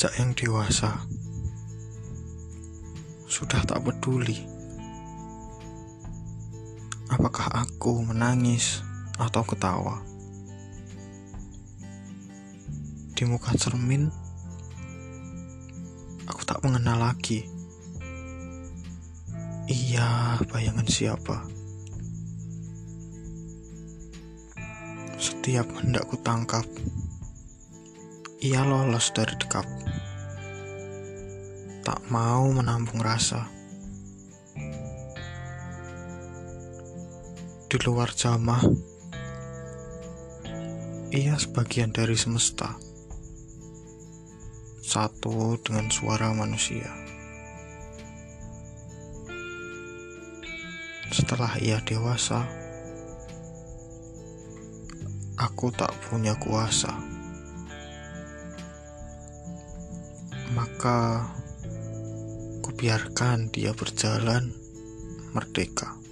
Sejak yang dewasa, sudah tak peduli apakah aku menangis atau ketawa. Di muka cermin, aku tak mengenal lagi. Ia bayangan siapa? Setiap hendak ku tangkap, ia lolos dari dekap. Tak mau menampung rasa. Di luar jamah, ia sebagian dari semesta, satu dengan suara manusia. Setelah ia dewasa, aku tak punya kuasa. Maka kubiarkan dia berjalan merdeka.